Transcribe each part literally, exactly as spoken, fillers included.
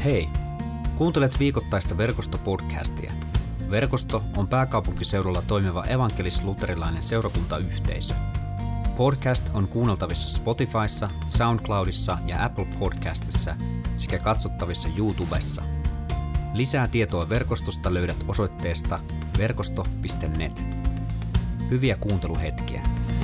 Hei! Kuuntelet viikoittaista Verkosto-podcastia. Verkosto on pääkaupunkiseudulla toimiva evankelis-luterilainen seurakuntayhteisö. Podcast on kuunneltavissa Spotifyssa, SoundCloudissa ja Apple Podcastissa sekä katsottavissa YouTubessa. Lisää tietoa verkostosta löydät osoitteesta verkosto piste net. Hyviä kuunteluhetkiä.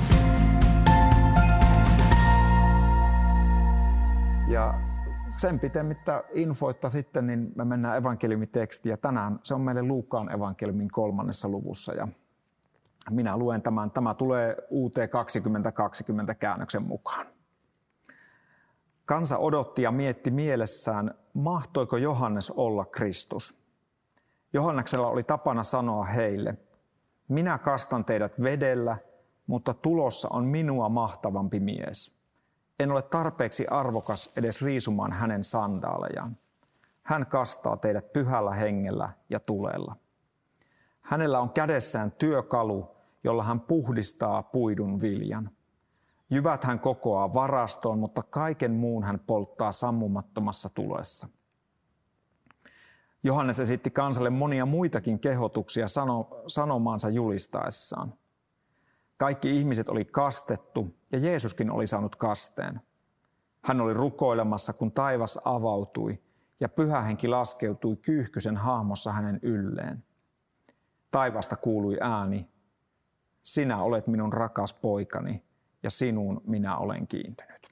Ja sen pitemmittä infoitta sitten, niin me mennään evankeliumitekstiin. Ja tänään se on meille Luukkaan evankeliumin kolmannessa luvussa. Ja minä luen tämän. Tämä tulee U T kaksituhattakaksikymmentä käännöksen mukaan. Kansa odotti ja mietti mielessään, mahtoiko Johannes olla Kristus. Johanneksella oli tapana sanoa heille, minä kastan teidät vedellä, mutta tulossa on minua mahtavampi mies. En ole tarpeeksi arvokas edes riisumaan hänen sandaalejaan. Hän kastaa teidät pyhällä hengellä ja tulella. Hänellä on kädessään työkalu, jolla hän puhdistaa puidun viljan. Jyvät hän kokoaa varastoon, mutta kaiken muun hän polttaa sammumattomassa tulessa. Johannes esitti kansalle monia muitakin kehotuksia sano, sanomaansa julistaessaan. Kaikki ihmiset oli kastettu ja Jeesuskin oli saanut kasteen. Hän oli rukoilemassa, kun taivas avautui ja Pyhä Henki laskeutui kyyhkysen hahmossa hänen ylleen. Taivasta kuului ääni, sinä olet minun rakas poikani ja sinuun minä olen kiintynyt.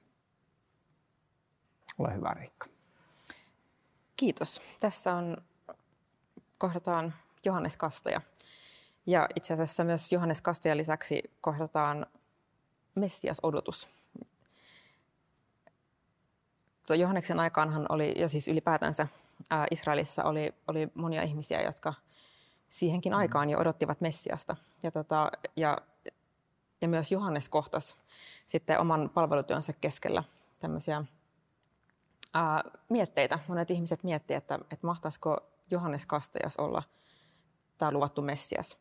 Ole hyvä, Riikka. Kiitos. Tässä on, kohdataan Johannes Kastaja. Ja itse asiassa myös Johannes Kastajan lisäksi kohdataan Messias-odotus. Tuo Johanneksen aikaanhan oli, ja siis ylipäätänsä ää, Israelissa oli, oli monia ihmisiä, jotka siihenkin aikaan jo odottivat Messiasta. Ja, tota, ja, ja myös Johannes kohtasi sitten oman palvelutyönsä keskellä tämmöisiä ää, mietteitä. Monet ihmiset miettivät, että, että mahtaisiko Johannes Kastajas olla tämä luvattu Messias.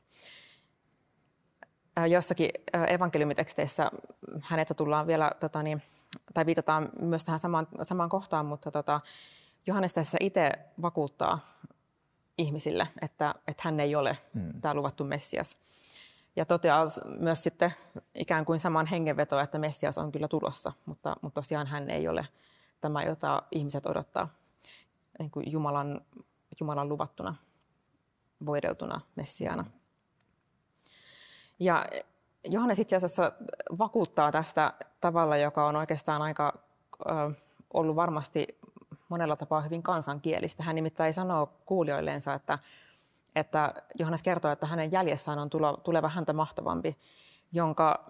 Jossakin evankeliumiteksteissä hänestä tullaan vielä, tota, niin, tai viitataan myös tähän samaan, samaan kohtaan, mutta tota, Johannes tässä itse vakuuttaa ihmisille, että, että hän ei ole hmm. tämä luvattu Messias. Ja toteaa myös sitten ikään kuin saman hengenvetoa, että Messias on kyllä tulossa, mutta, mutta tosiaan hän ei ole tämä, jota ihmiset odottaa niin kuin Jumalan, Jumalan luvattuna, voideltuna Messiaana. Ja Johannes itse asiassa vakuuttaa tästä tavalla, joka on oikeastaan aika ö, ollut varmasti monella tapaa hyvin kansankielistä. Hän nimittäin sanoo kuulijoilleensa, että, että Johannes kertoo, että hänen jäljessään on tulo, tuleva häntä mahtavampi, jonka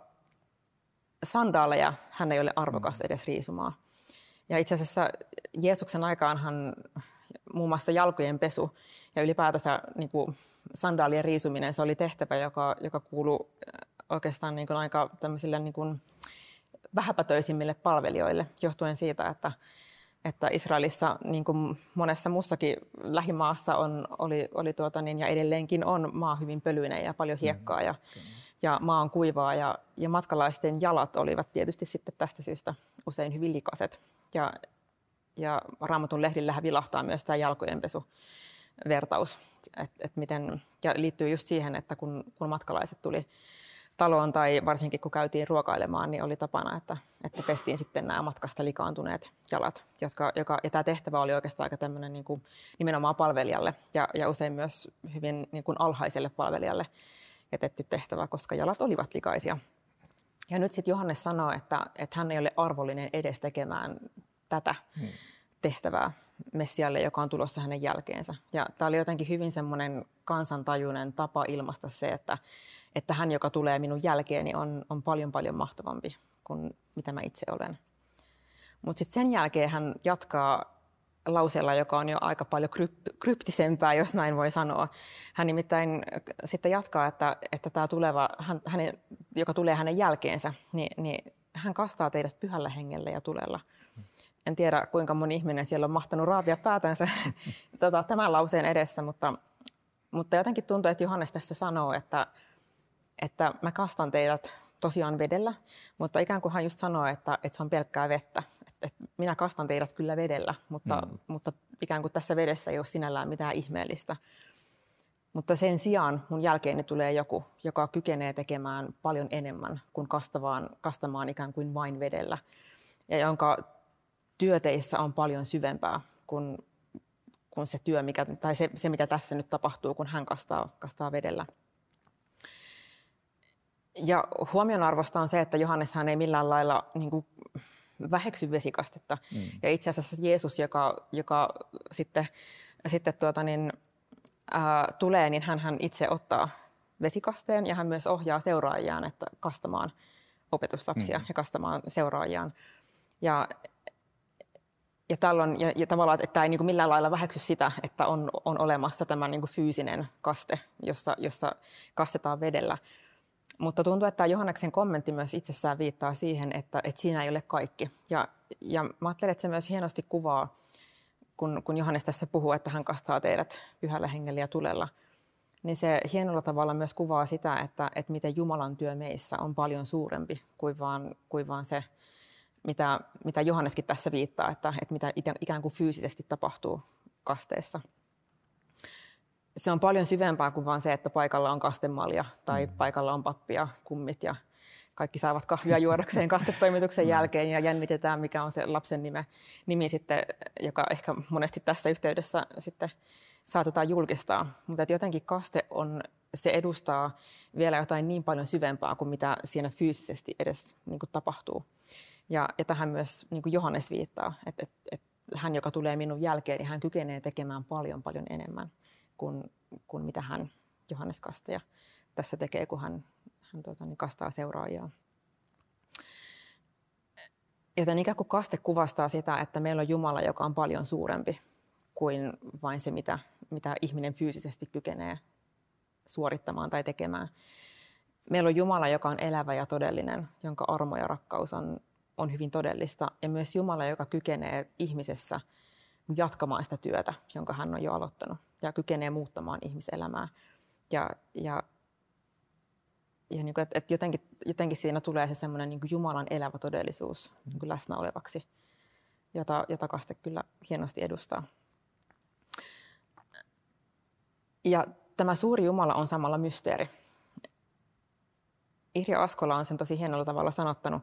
sandaaleja hän ei ole arvokas edes riisumaan. Ja itse asiassa Jeesuksen aikaanhan muun muassa jalkojen pesu ja ylipäätänsä niin kuin sandaalien riisuminen, se oli tehtävä, joka, joka kuului oikeastaan niin kuin aika tämmöisille niin kuin vähäpätöisimmille palvelijoille, johtuen siitä, että, että Israelissa, niin kuin monessa muussakin lähimaassa, on, oli, oli tuota niin, ja edelleenkin on maa hyvin pölyinen ja paljon hiekkaa ja, ja maa on kuivaa ja, ja matkalaisten jalat olivat tietysti sitten tästä syystä usein hyvin likaiset. Ja, ja Raamatun lehdillähän vilahtaa myös tämä jalkojenpesuvertaus, et, et miten, ja liittyy just siihen, että kun, kun matkalaiset tuli taloon tai varsinkin kun käytiin ruokailemaan, niin oli tapana, että, että pestiin sitten nämä matkasta likaantuneet jalat, jotka, joka, ja tämä tehtävä oli oikeastaan aika tämmöinen niin kuin nimenomaan palvelijalle ja, ja usein myös hyvin niin kuin alhaiselle palvelijalle jätetty tehtävä, koska jalat olivat likaisia. Ja nyt sitten Johannes sanoo, että, että hän ei ole arvollinen edes tekemään tätä hmm. tehtävää Messialle, joka on tulossa hänen jälkeensä. Ja tämä oli jotenkin hyvin semmoinen kansantajuinen tapa ilmaista se, että, että hän, joka tulee minun jälkeeni, on, on paljon paljon mahtavampi kuin mitä mä itse olen. Mutta sitten sen jälkeen hän jatkaa lauseella, joka on jo aika paljon kryp- kryptisempää, jos näin voi sanoa. Hän nimittäin sitten jatkaa, että, että tämä tuleva, hän, hänen, joka tulee hänen jälkeensä, niin, niin hän kastaa teidät pyhällä hengellä ja tulella. En tiedä, kuinka moni ihminen siellä on mahtanut raapia päätänsä tota, tämän lauseen edessä, mutta, mutta jotenkin tuntuu, että Johannes tässä sanoo, että, että mä kastan teidät tosiaan vedellä, mutta ikään kuin hän just sanoo, että, että se on pelkkää vettä. Että, että minä kastan teidät kyllä vedellä, mutta, mm. mutta ikään kuin tässä vedessä ei ole sinällään mitään ihmeellistä. Mutta sen sijaan mun jälkeeni tulee joku, joka kykenee tekemään paljon enemmän kuin kastamaan, kastamaan ikään kuin vain vedellä. Ja jonka työteissä on paljon syvempää kuin, kuin se työ, mikä, tai se, se, mitä tässä nyt tapahtuu, kun hän kastaa, kastaa vedellä. Ja huomionarvoista on se, että Johanneshan ei millään lailla niin kuin väheksy vesikastetta. Mm. Ja itse asiassa Jeesus, joka, joka sitten, sitten tuota niin, ää, tulee, niin hän itse ottaa vesikasteen ja hän myös ohjaa seuraajiaan että kastamaan opetuslapsia mm. ja kastamaan seuraajiaan. Ja, ja, tällöin, ja, ja tavallaan, että tämä ei niin kuin millään lailla väheksy sitä, että on, on olemassa tämä niin kuin fyysinen kaste, jossa, jossa kastetaan vedellä. Mutta tuntuu, että tämä Johanneksen kommentti myös itsessään viittaa siihen, että, että siinä ei ole kaikki. Ja, ja mä ajattelen, että se myös hienosti kuvaa, kun, kun Johannes tässä puhuu, että hän kastaa teidät pyhällä hengellä ja tulella. Niin se hienolla tavalla myös kuvaa sitä, että, että miten Jumalan työ meissä on paljon suurempi kuin vaan, kuin vaan se, mitä, mitä Johanneskin tässä viittaa, että, että mitä ikään kuin fyysisesti tapahtuu kasteessa. Se on paljon syvempää kuin vain se, että paikalla on kastemalja tai mm. paikalla on pappi ja kummit ja kaikki saavat kahvia juodakseen kastetoimituksen jälkeen ja jännitetään, mikä on se lapsen nime, nimi sitten, joka ehkä monesti tässä yhteydessä sitten saatetaan julkistaa. Mutta jotenkin kaste on, se edustaa vielä jotain niin paljon syvempää kuin mitä siinä fyysisesti edes niin kuin tapahtuu. Ja, ja tähän myös niin kuin Johannes viittaa, että, että, että hän, joka tulee minun jälkeen, niin hän kykenee tekemään paljon paljon enemmän kuin, kuin mitä hän, Johannes Kastaja, tässä tekee, kun hän, hän tuota, niin kastaa seuraajaa. Joten ikään kuin kaste kuvastaa sitä, että meillä on Jumala, joka on paljon suurempi kuin vain se, mitä, mitä ihminen fyysisesti kykenee suorittamaan tai tekemään. Meillä on Jumala, joka on elävä ja todellinen, jonka armo ja rakkaus on, on hyvin todellista. Ja myös Jumala, joka kykenee ihmisessä jatkamaan sitä työtä, jonka hän on jo aloittanut. Ja kykenee muuttamaan ihmiselämää. Ja, ja, ja niin kuin, että, että jotenkin, jotenkin siinä tulee se semmoinen niin kuin Jumalan elävä todellisuus niin kuin läsnä olevaksi, jota, jota kaste kyllä hienosti edustaa. Ja tämä suuri Jumala on samalla mysteeri. Irja Askola on sen tosi hienolla tavalla sanottanut.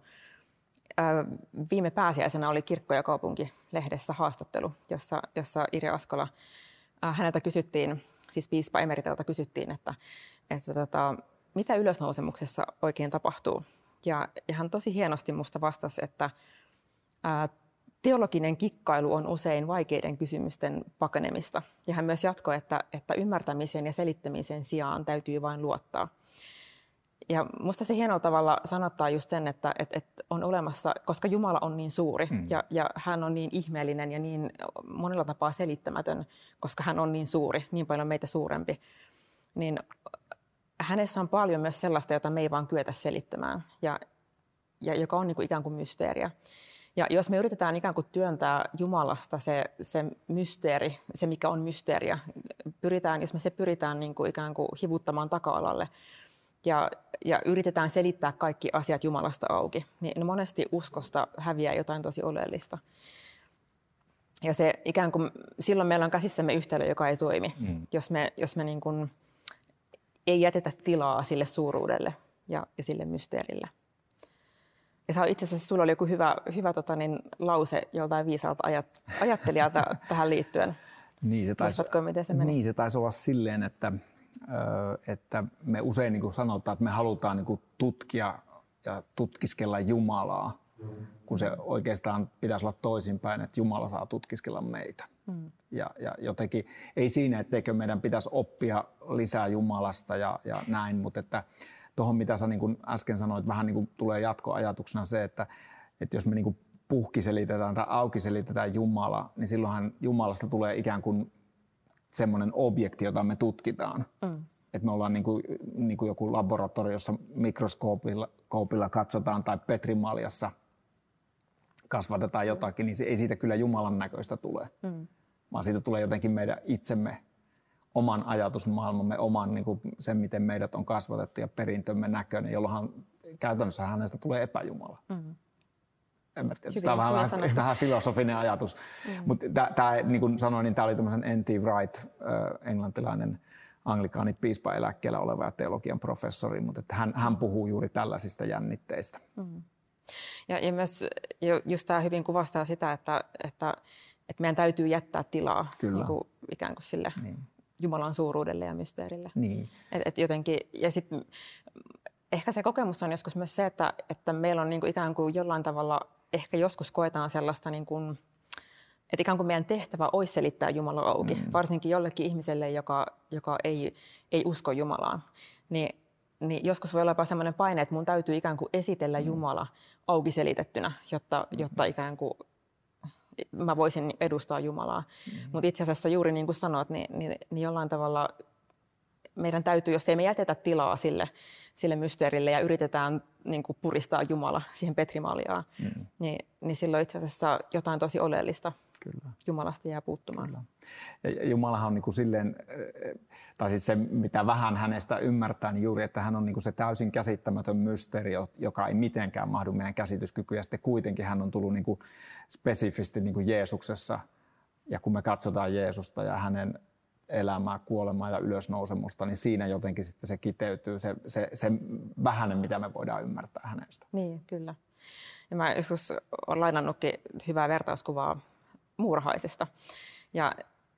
Viime pääsiäisenä oli Kirkko ja kaupunki-lehdessä haastattelu, jossa, jossa Irja Askola, häneltä kysyttiin, siis piispa emeriteltä kysyttiin, että, että tota, mitä ylösnousemuksessa oikein tapahtuu. Ja, ja hän tosi hienosti musta vastasi, että ää, teologinen kikkailu on usein vaikeiden kysymysten pakenemista. Ja hän myös jatkoi, että, että ymmärtämisen ja selittämisen sijaan täytyy vain luottaa. Ja musta se hienolla tavalla sanottaa just sen, että, että, että on olemassa, koska Jumala on niin suuri mm. ja, ja hän on niin ihmeellinen ja niin monella tapaa selittämätön, koska hän on niin suuri, niin paljon meitä suurempi, niin hänessä on paljon myös sellaista, jota me ei vaan kyetä selittämään ja, ja joka on niin kuin ikään kuin mysteeriä. Ja jos me yritetään ikään kuin työntää Jumalasta se, se mysteeri, se mikä on mysteeriä, pyritään, jos me se pyritään niin kuin ikään kuin hivuttamaan taka-alalle, Ja, ja yritetään selittää kaikki asiat Jumalasta auki, niin monesti uskosta häviää jotain tosi oleellista. Ja se ikään kuin, silloin meillä on käsissämme yhtälö, joka ei toimi, mm. jos me, jos me niin kuin ei jätetä tilaa sille suuruudelle ja, ja sille mysteerille. Ja itse asiassa sulla oli joku hyvä, hyvä tota niin, lause joltain viisaalta ajat, ajattelijalta tähän liittyen. Niin se taisi, Muistatko, miten se meni? Niin se taisi olla silleen, että että me usein niin kuin sanotaan, että me halutaan niin kuin tutkia ja tutkiskella Jumalaa, kun se oikeastaan pitäisi olla toisinpäin, että Jumala saa tutkiskella meitä. Mm. Ja, ja jotenkin ei siinä, etteikö meidän pitäisi oppia lisää Jumalasta ja, ja näin, mutta että tuohon mitä sä niin kuin äsken sanoit, vähän niin kuin tulee jatkoajatuksena se, että, että jos me niin kuin puhkiselitetään tai aukiselitetään Jumala, niin silloinhan Jumalasta tulee ikään kuin semmoinen objekti, jota me tutkitaan. Mm. Että me ollaan niin kuin, niin kuin joku laboratoriossa mikroskoopilla koopilla katsotaan tai petrimaljassa kasvatetaan jotakin, niin se ei siitä kyllä Jumalan näköistä tule. Mm. Vaan siitä tulee jotenkin meidän itsemme, oman ajatusmaailmamme, oman niin kuin sen, miten meidät on kasvatettu ja perintömme näköinen, jolloin käytännössä hänestä tulee epäjumala. Mm. en mä tiedä, tämä on vähän, vähän, vähän filosofinen ajatus. Mm. Mutta tämä, niin kuin sanoin, niin tämä oli tämmöisen N T Wright, äh, englantilainen anglikaani piispa eläkkeellä oleva ja teologian professori, mutta että hän, hän puhuu juuri tällaisista jännitteistä. Mm. Ja, ja myös just tämä hyvin kuvastaa sitä, että, että, että meidän täytyy jättää tilaa niin kuin, ikään kuin sille niin. Jumalan suuruudelle ja mysteerille. Niin. Et, et jotenkin, ja sit, ehkä se kokemus on joskus myös se, että, että meillä on niin kuin ikään kuin jollain tavalla, ehkä joskus koetaan sellaista, niin kuin, että ikään kuin meidän tehtävä olisi selittää Jumala auki, mm. varsinkin jollekin ihmiselle, joka, joka ei, ei usko Jumalaan. Niin, niin joskus voi olla jopa sellainen paine, että mun täytyy ikään kuin esitellä mm. Jumala auki selitettynä, jotta, jotta ikään kuin mä voisin edustaa Jumalaa. Mm. Mutta itse asiassa juuri niin kuin sanoit, niin, niin, niin jollain tavalla meidän täytyy, jos ei me jätetä tilaa sille, sille mysteerille ja yritetään niin kuin puristaa Jumala siihen petrimaaliaan, mm. niin, niin silloin itse asiassa jotain tosi oleellista Kyllä. Jumalasta jää puuttumaan. Kyllä. Ja Jumalahan on niin kuin silleen, tai siis se mitä vähän hänestä ymmärtää, niin juuri, että hän on niin kuin se täysin käsittämätön mysteeri, joka ei mitenkään mahdu meidän käsityskykyyn, ja sitten kuitenkin hän on tullut niin kuin spesifisti niin kuin Jeesuksessa, ja kun me katsotaan Jeesusta ja hänen elämää, kuolemaa ja ylösnousemusta, niin siinä jotenkin sitten se kiteytyy, se, se, se vähäinen, mitä me voidaan ymmärtää hänestä. Niin, kyllä. Ja mä joskus olen lainannutkin hyvää vertauskuvaa muurahaisesta. Ja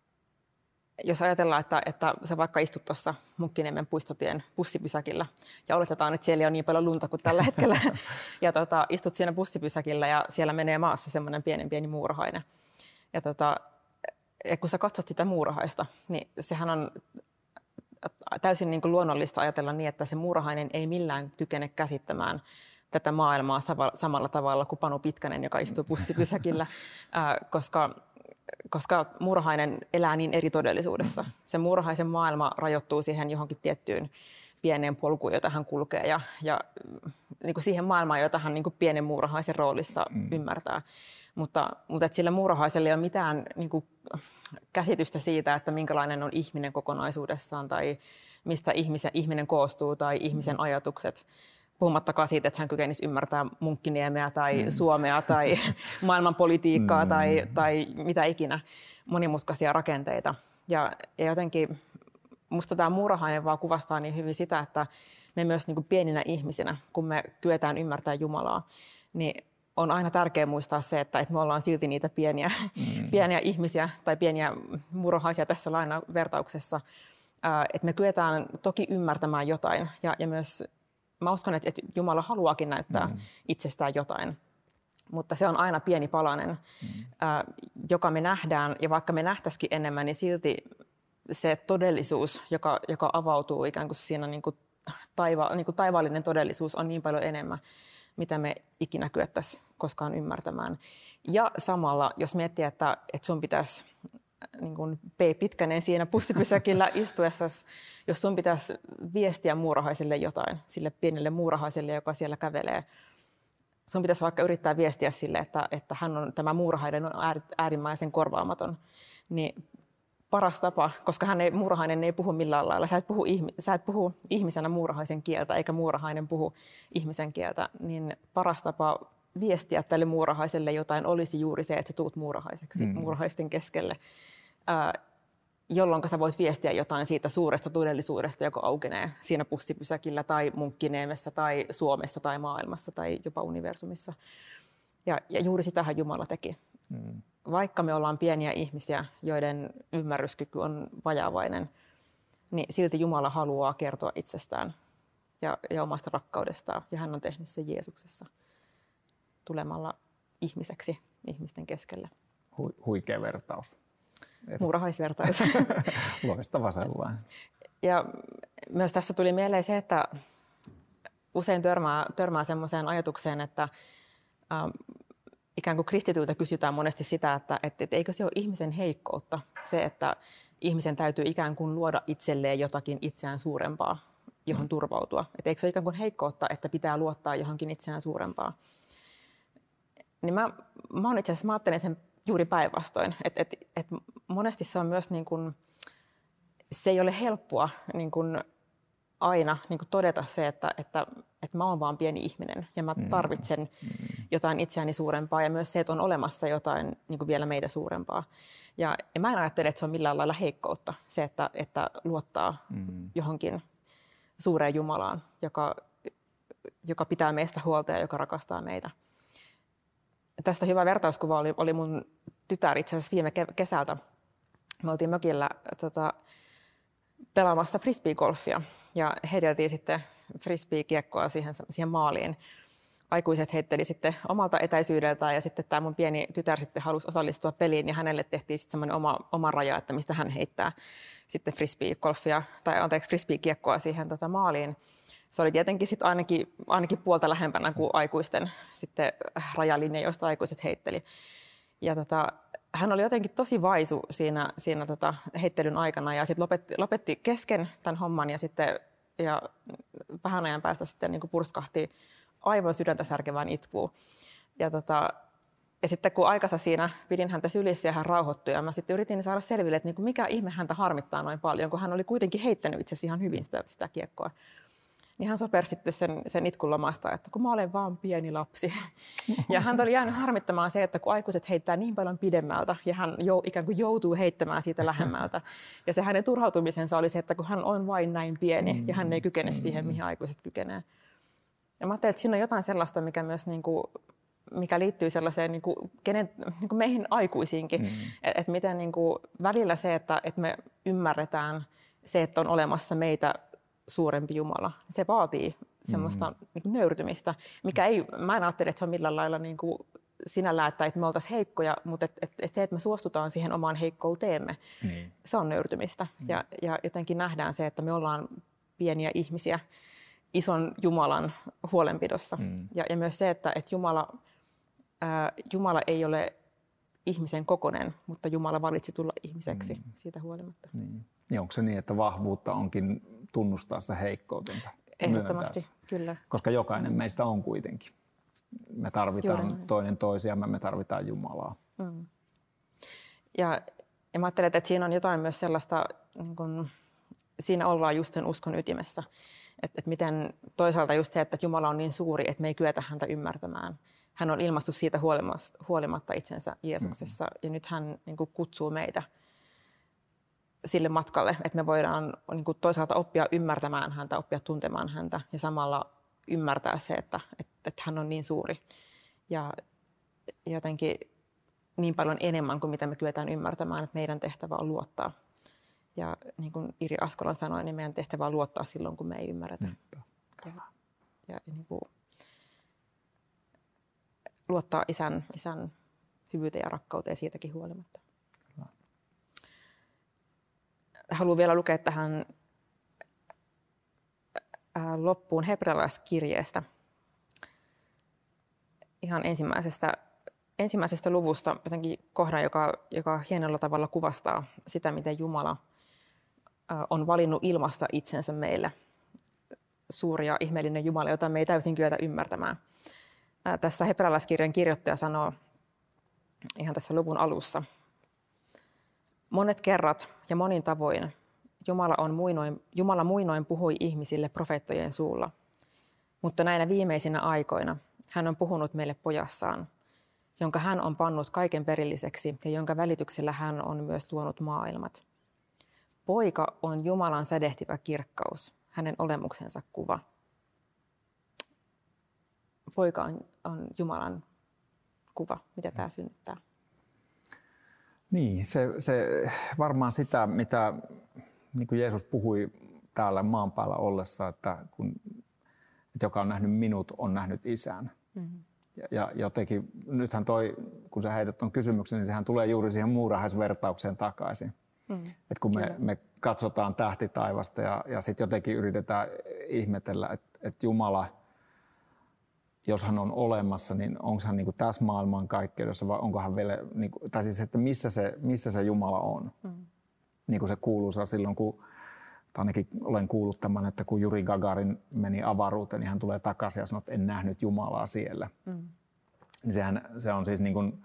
jos ajatellaan, että, että sä vaikka istut tuossa Munkkiniemen puistotien bussipysäkillä ja oletetaan, että siellä ei ole niin paljon lunta kuin tällä hetkellä, ja tota, istut siinä bussipysäkillä ja siellä menee maassa semmoinen pienen pieni muurahainen. Ja tota, ja kun sä katsot sitä muurahaista, niin sehän on täysin niin kuin luonnollista ajatella niin, että se muurahainen ei millään kykene käsittämään tätä maailmaa samalla tavalla kuin Panu Pitkänen, joka istuu bussipysäkillä, koska, koska muurahainen elää niin eri todellisuudessa. Se muurahaisen maailma rajoittuu siihen johonkin tiettyyn pieneen polkuun, jota hän kulkee, ja, ja niin kuin siihen maailmaan, jota hän niin kuin pienen muurahaisen roolissa mm. ymmärtää. Mutta, mutta että sillä muurahaisella ei ole mitään niin kuin, käsitystä siitä, että minkälainen on ihminen kokonaisuudessaan tai mistä ihmisen, ihminen koostuu tai ihmisen ajatukset. Puhumattakaan siitä, että hän kykenisi ymmärtää Munkkiniemeä tai mm. Suomea tai maailmanpolitiikkaa mm. tai, tai mitä ikinä, monimutkaisia rakenteita. Ja, ja jotenkin musta tämä muurahainen vaan kuvastaa niin hyvin sitä, että me myös niin kuin pieninä ihmisinä, kun me kyetään ymmärtämään Jumalaa, niin on aina tärkeää muistaa se, että, että me ollaan silti niitä pieniä, mm. pieniä ihmisiä tai pieniä muurahaisia tässä lainavertauksessa. Että me kyetään toki ymmärtämään jotain ja, ja myös mä uskon, että, että Jumala haluaakin näyttää mm. itsestään jotain, mutta se on aina pieni palanen, mm. ää, joka me nähdään, ja vaikka me nähtäisikin enemmän, niin silti se todellisuus, joka, joka avautuu ikään kuin siinä niin kuin taiva, niin kuin taivaallinen todellisuus on niin paljon enemmän, mitä me ikinä kyettäisiin koskaan ymmärtämään. Ja samalla, jos miettii, että, että sun pitäisi niin kuin P. Pitkänen siinä bussipysäkillä istuessa, jos sun pitäisi viestiä muurahaiselle jotain, sille pienelle muurahaiselle, joka siellä kävelee, sun pitäisi vaikka yrittää viestiä sille, että, että hän on, tämä muurahainen on äärimmäisen korvaamaton, niin paras tapa, koska hän ei, muurahainen ei puhu millään lailla, sä et puhu, sä et puhu ihmisenä muurahaisen kieltä, eikä muurahainen puhu ihmisen kieltä, niin paras tapa viestiä tälle muurahaiselle jotain olisi juuri se, että sä tuut muurahaiseksi, mm. muurahaisten keskelle, ää, jolloin sä voit viestiä jotain siitä suuresta todellisuudesta, joka aukenee siinä bussipysäkillä tai Munkkiniemessä tai Suomessa tai maailmassa tai jopa universumissa. Ja, ja juuri sitähän Jumala teki. Mm. Vaikka me ollaan pieniä ihmisiä, joiden ymmärryskyky on vajavainen, niin silti Jumala haluaa kertoa itsestään ja, ja omasta rakkaudestaan. Ja hän on tehnyt sen Jeesuksessa tulemalla ihmiseksi ihmisten keskelle. Hu, huikea vertaus. Muurahaisvertaus. Loistava sellainen. Ja myös tässä tuli mieleen se, että usein törmää, törmää sellaiseen ajatukseen, että ähm, ikään kuin kristityltä kysytään monesti sitä, että, että, että eikö se ole ihmisen heikkoutta, se, että ihmisen täytyy ikään kuin luoda itselleen jotakin itseään suurempaa, johon mm. turvautua. Että eikö se ole ikään kuin heikkoutta, että pitää luottaa johonkin itseään suurempaa. Niin mä, mä itse asiassa mä ajattelen sen juuri päinvastoin. Että et, et monesti se on myös niin kuin, se ei ole helppoa niin kuin aina niin kuin todeta se, että, että, että mä oon vaan pieni ihminen ja mä tarvitsen mm. jotain itseäni suurempaa ja myös se, että on olemassa jotain niin kuin vielä meitä suurempaa. Ja, ja mä en ajattele, että se on millään lailla heikkoutta, se, että, että luottaa mm. johonkin suureen Jumalaan, joka, joka pitää meistä huolta ja joka rakastaa meitä. Tästä hyvä vertauskuva oli, oli mun tytär itse asiassa viime kesältä. Me oltiin mökillä tota, pelaamassa frisbeegolfia ja heiteltiin sitten frisbeekiekkoa siihen, siihen maaliin. Aikuiset heitteli sitten omalta etäisyydeltään ja sitten tämä mun pieni tytär sitten halusi osallistua peliin ja hänelle tehtiin sitten semmoinen oma, oma raja, että mistä hän heittää sitten frisbeegolfia tai anteeksi frisbeekiekkoa siihen tota, maaliin. Se oli tietenkin sitten ainakin, ainakin puolta lähempänä kuin aikuisten sitten rajalinja, josta aikuiset heitteli. Ja tota, hän oli jotenkin tosi vaisu siinä, siinä tota heittelyn aikana ja sitten lopetti, lopetti kesken tämän homman ja sitten ja vähän ajan päästä sitten niin kuin purskahti aivan sydäntä särkevään itkuun. Ja, tota, ja sitten kun aikansa siinä pidin häntä sylissä ja hän rauhoittui ja mä sitten yritin saada selville, että niin kuin mikä ihme häntä harmittaa noin paljon, kun hän oli kuitenkin heittänyt itse asiassa ihan hyvin sitä, sitä kiekkoa. Niin hän soperi sitten sen, sen itkun lomasta, että kun mä olen vaan pieni lapsi. Ja hän oli jäänyt harmittamaan se, että kun aikuiset heittää niin paljon pidemmältä ja hän jou, ikään kuin joutuu heittämään siitä lähemmältä. Ja se hänen turhautumisensa oli se, että kun hän on vain näin pieni ja hän ei kykene siihen, mihin aikuiset kykenee. Ja mä ajattelin, että siinä on jotain sellaista, mikä myös niin kuin, mikä liittyy sellaiseen niin kuin, kenen, niin kuin meihin aikuisiinkin. Mm. Että et miten niin kuin, välillä se, että et me ymmärretään se, että on olemassa meitä suurempi Jumala. Se vaatii semmoista mm. niin kuin nöyrtymistä, mikä ei, mä en ajattele, että se on millään lailla niin kuin sinällään, että me oltaisiin heikkoja, mutta et, et, et se, että me suostutaan siihen omaan heikkouteemme, mm. se on nöyrtymistä. Mm. Ja, ja jotenkin nähdään se, että me ollaan pieniä ihmisiä ison Jumalan huolenpidossa. Mm. Ja, ja myös se, että, että Jumala, ää, Jumala ei ole ihmisen kokoinen, mutta Jumala valitsi tulla ihmiseksi mm. siitä huolimatta. Niin. Ja onko se niin, että vahvuutta onkin tunnustaa se heikkoutensa? Ehdottomasti, kyllä. Koska jokainen meistä on kuitenkin. Me tarvitaan toinen toisiamme, me tarvitaan Jumalaa. Mm. Ja, ja mä ajattelen, että siinä on jotain myös sellaista, niin kun, siinä ollaan just sen uskon ytimessä. Että et miten toisaalta just se, että Jumala on niin suuri, että me ei kyetä häntä ymmärtämään. Hän on ilmaissut siitä huolimatta itsensä Jeesuksessa mm. ja nyt hän niin kuin kutsuu meitä sille matkalle, että me voidaan niin kuin toisaalta oppia ymmärtämään häntä, oppia tuntemaan häntä ja samalla ymmärtää se, että, että, että hän on niin suuri ja jotenkin niin paljon enemmän kuin mitä me kyetään ymmärtämään, että meidän tehtävä on luottaa. Ja niin kuin Iri Askolan sanoi, niin meidän tehtävä on luottaa silloin, kun me ei ymmärretä. Mm. Ja, ja niin kuin luottaa isän, isän hyvyyteen ja rakkauteen siitäkin huolimatta. Haluan vielä lukea tähän loppuun hebrealaiskirjeestä. Ihan ensimmäisestä, ensimmäisestä luvusta jotenkin kohdan, joka, joka hienolla tavalla kuvastaa sitä, miten Jumala on valinnut ilmaista itsensä meille. Suuri ja ihmeellinen Jumala, jota me ei täysin kyetä ymmärtämään. Tässä hebrealaiskirjan kirjoittaja sanoo ihan tässä luvun alussa. Monet kerrat ja monin tavoin Jumala, on muinoin, Jumala muinoin puhui ihmisille profeettojen suulla, mutta näinä viimeisinä aikoina hän on puhunut meille pojassaan, jonka hän on pannut kaiken perilliseksi ja jonka välityksellä hän on myös luonut maailmat. Poika on Jumalan sädehtivä kirkkaus, hänen olemuksensa kuva. Poika on, on Jumalan kuva. Mitä tämä synnyttää? Niin, se, se varmaan sitä, mitä niin kuin Jeesus puhui täällä maan päällä ollessa, että, kun, että joka on nähnyt minut, on nähnyt isän. Mm-hmm. Ja, ja jotenkin, nythän toi, kun sä heität tuon kysymyksen, niin sehän tulee juuri siihen muurahaisvertaukseen takaisin. Mm, että kun me, me katsotaan tähtitaivasta ja, ja sitten jotenkin yritetään ihmetellä, että, että Jumala, jos hän on olemassa, niin onko hän niin kuin tässä maailmankaikkeudessa vai onko hän vielä, niin kuin, tai siis, että missä se, missä se Jumala on. Mm. Niin kuin se kuuluisa silloin, kun, tai ainakin olen kuullut tämän, että kun Juri Gagarin meni avaruuteen, niin hän tulee takaisin ja sanoo, että en nähnyt Jumalaa siellä. Mm. Niin sehän, se on siis niin kuin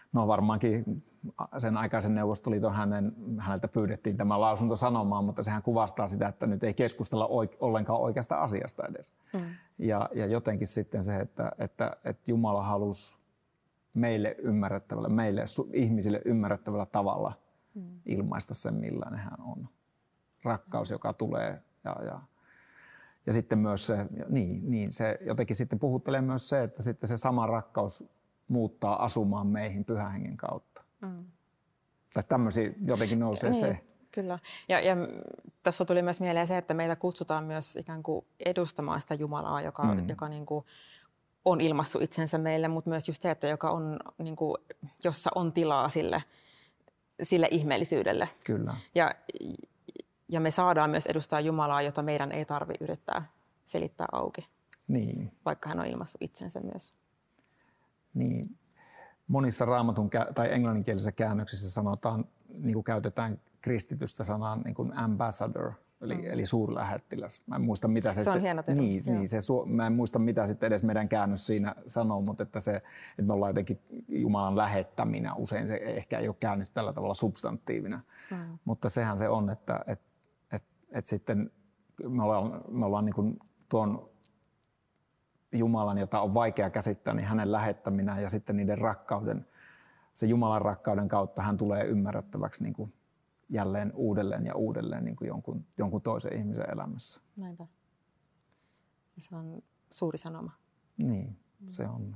No varmaankin sen aikaisen Neuvostoliiton hänen, häneltä pyydettiin tämä lausunto sanomaan, mutta sehän kuvastaa sitä, että nyt ei keskustella oik, ollenkaan oikeasta asiasta edes. Mm. Ja, ja jotenkin sitten se, että, että, että Jumala halusi meille ymmärrettävällä, meille ihmisille ymmärrettävällä tavalla mm. ilmaista sen, millainen hän on. Rakkaus, joka tulee ja, ja, ja sitten myös se, niin, niin, se jotenkin sitten puhuttelee myös se, että sitten se sama rakkaus muuttaa asumaan meihin Pyhän Hengen kautta. Mm. Tai tämmöisiä jotenkin nousee niin, se. Kyllä. Ja, ja tässä tuli myös mieleen se, että meitä kutsutaan myös ikään kuin edustamaan sitä Jumalaa, joka, mm. joka niin kuin on ilmaissut itsensä meille, mutta myös just se, että joka on, niin kuin, jossa on tilaa sille, sille ihmeellisyydelle. Kyllä. Ja, ja me saadaan myös edustaa Jumalaa, jota meidän ei tarvitse yrittää selittää auki, niin. vaikka hän on ilmaissut itsensä myös. Niin. Monissa raamatun tai englanninkielisissä käännöksissä sanotaan, niin kuin käytetään kristitystä sanaa niin kuin ambassador, eli, mm. eli suurlähettiläs. Mä en muista mitä se, se on hieno termi. Niin, niin, se, mä en muista mitä sitten edes meidän käännös siinä sanoo, mutta että se, että me ollaan jotenkin Jumalan lähettäminä. Usein se ehkä ei ole käännetty tällä tavalla substantiivina, mm. mutta sehän se on, että et, et, et sitten me ollaan, me ollaan niin kuin tuon Jumalan, jota on vaikea käsittää, niin hänen lähettäminä ja sitten niiden rakkauden, se Jumalan rakkauden kautta hän tulee ymmärrettäväksi niin kuin jälleen uudelleen ja uudelleen niin kuin jonkun, jonkun toisen ihmisen elämässä. Näinpä. Ja se on suuri sanoma. Niin, se on.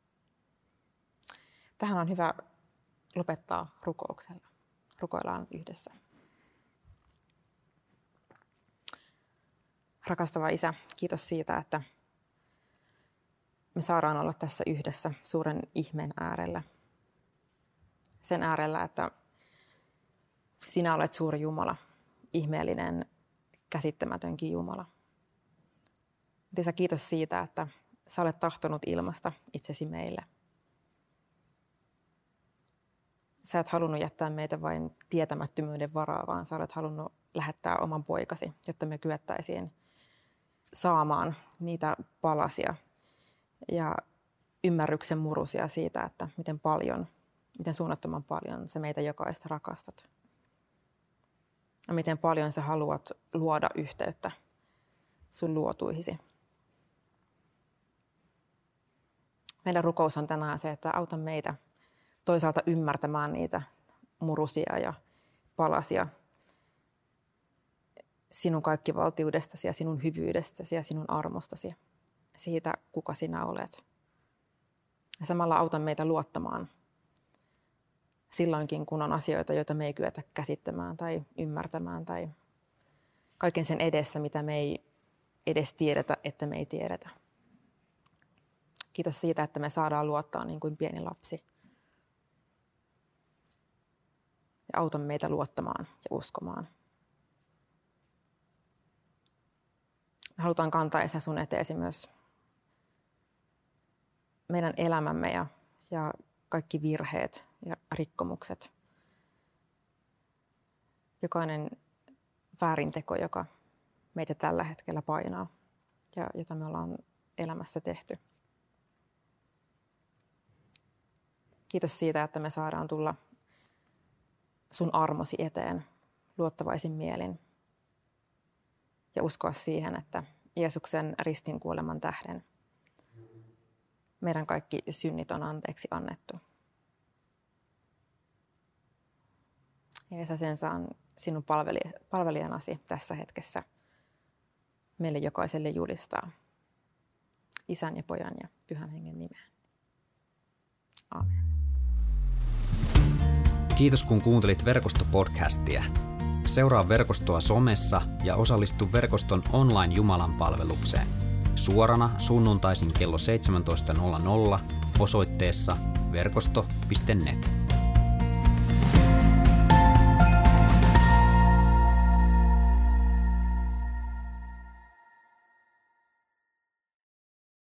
Tähän on hyvä lopettaa rukouksella. Rukoillaan yhdessä. Rakastava Isä, kiitos siitä, että me saadaan olla tässä yhdessä suuren ihmeen äärellä. Sen äärellä, että sinä olet suuri Jumala, ihmeellinen, käsittämätönkin Jumala. Isä, kiitos siitä, että sä olet tahtonut ilmaista itsesi meille. Sä et halunnut jättää meitä vain tietämättömyyden varaa, vaan sä olet halunnut lähettää oman poikasi, jotta me kyettäisiin saamaan niitä palasia ja ymmärryksen murusia siitä, että miten paljon, miten suunnattoman paljon sä meitä jokaista rakastat. Ja miten paljon sä haluat luoda yhteyttä sun luotuihisi. Meidän rukous on tänään se, että auta meitä toisaalta ymmärtämään niitä murusia ja palasia sinun kaikkivaltiudestasi ja sinun hyvyydestäsi ja sinun armostasi, siitä kuka sinä olet. Ja samalla auta meitä luottamaan silloinkin, kun on asioita, joita me ei kyetä käsittämään tai ymmärtämään tai kaiken sen edessä, mitä me ei edes tiedetä, että me ei tiedetä. Kiitos siitä, että me saadaan luottaa niin kuin pieni lapsi. Ja auta meitä luottamaan ja uskomaan. Me halutaan kantaa Isä sun eteesi myös meidän elämämme ja, ja kaikki virheet ja rikkomukset. Jokainen väärinteko, joka meitä tällä hetkellä painaa ja jota me ollaan elämässä tehty. Kiitos siitä, että me saadaan tulla sun armosi eteen luottavaisin mielin ja uskoa siihen, että Jeesuksen ristin kuoleman tähden meidän kaikki synnit on anteeksi annettu. Ja Isä, sen saan sinun palvelijanasi tässä hetkessä meille jokaiselle julistaa Isän ja Pojan ja Pyhän Hengen nimeen. Aamen. Kiitos kun kuuntelit Verkosto-podcastia. Seuraa Verkostoa somessa ja osallistu Verkoston online Jumalan palvelukseen. Suorana sunnuntaisin kello seitsemäntoista nolla nolla osoitteessa verkosto piste net.